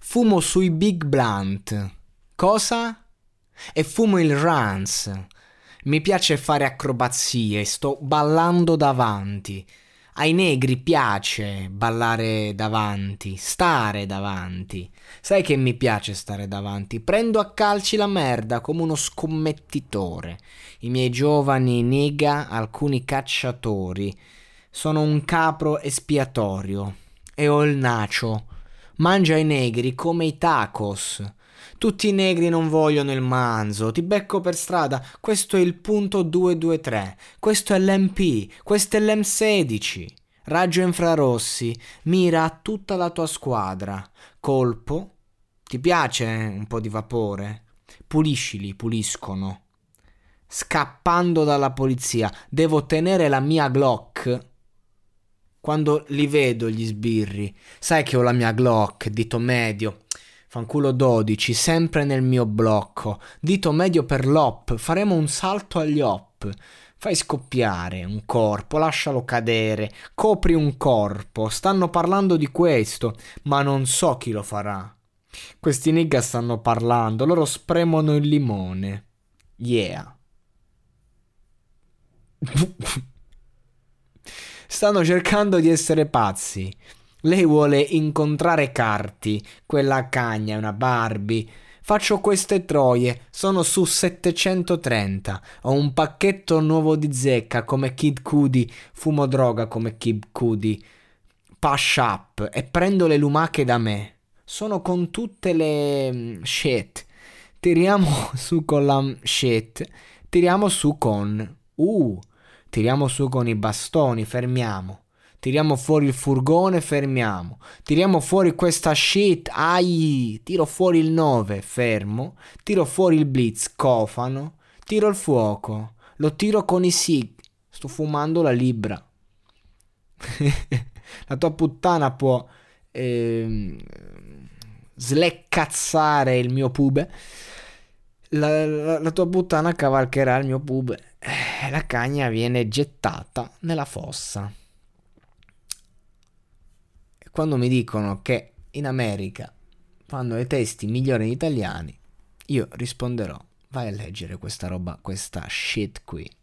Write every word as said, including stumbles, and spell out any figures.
Fumo sui Big Blunt. Cosa? E fumo il Rans. Mi piace fare acrobazie, sto ballando davanti. Ai negri piace ballare davanti, stare davanti. Sai che mi piace stare davanti? Prendo a calci la merda come uno scommettitore. I miei giovani nega, alcuni cacciatori. Sono un capro espiatorio e ho il nacio. Mangia i negri come i tacos. Tutti i negri non vogliono il manzo. Ti becco per strada. Questo è il punto duecentoventitré. Questo è l'M P. Questo è l'M sedici. Raggio infrarossi. Mira a tutta la tua squadra. Colpo. Ti piace un po' di vapore? Puliscili, puliscono. Scappando dalla polizia. Devo tenere la mia Glock. Quando li vedo gli sbirri. Sai che ho la mia Glock, dito medio. Fanculo dodici, sempre nel mio blocco. Dito medio per l'op. Faremo un salto agli op. Fai scoppiare un corpo, lascialo cadere. Copri un corpo. Stanno parlando di questo, ma non so chi lo farà. Questi nigga stanno parlando, loro spremono il limone. Yeah. Stanno cercando di essere pazzi. Lei vuole incontrare Carti, quella cagna, una Barbie. Faccio queste troie, sono su settecentotrenta. Ho un pacchetto nuovo di zecca come Kid Cudi, fumo droga come Kid Cudi. Push up e prendo le lumache da me. Sono con tutte le shit. Tiriamo su con la shit. Tiriamo su con... Uh... Tiriamo su con i bastoni, fermiamo. Tiriamo fuori il furgone, fermiamo. Tiriamo fuori questa shit, ai! Tiro fuori il nove, fermo. Tiro fuori il blitz, cofano. Tiro il fuoco. Lo tiro con i sig. Sto fumando la libra. La tua puttana può ehm, sleccazzare il mio pube. La, la, la tua puttana cavalcherà il mio pube. La cagna viene gettata nella fossa. E quando mi dicono che in America fanno i testi migliori in italiani, io risponderò: vai a leggere questa roba, questa shit qui.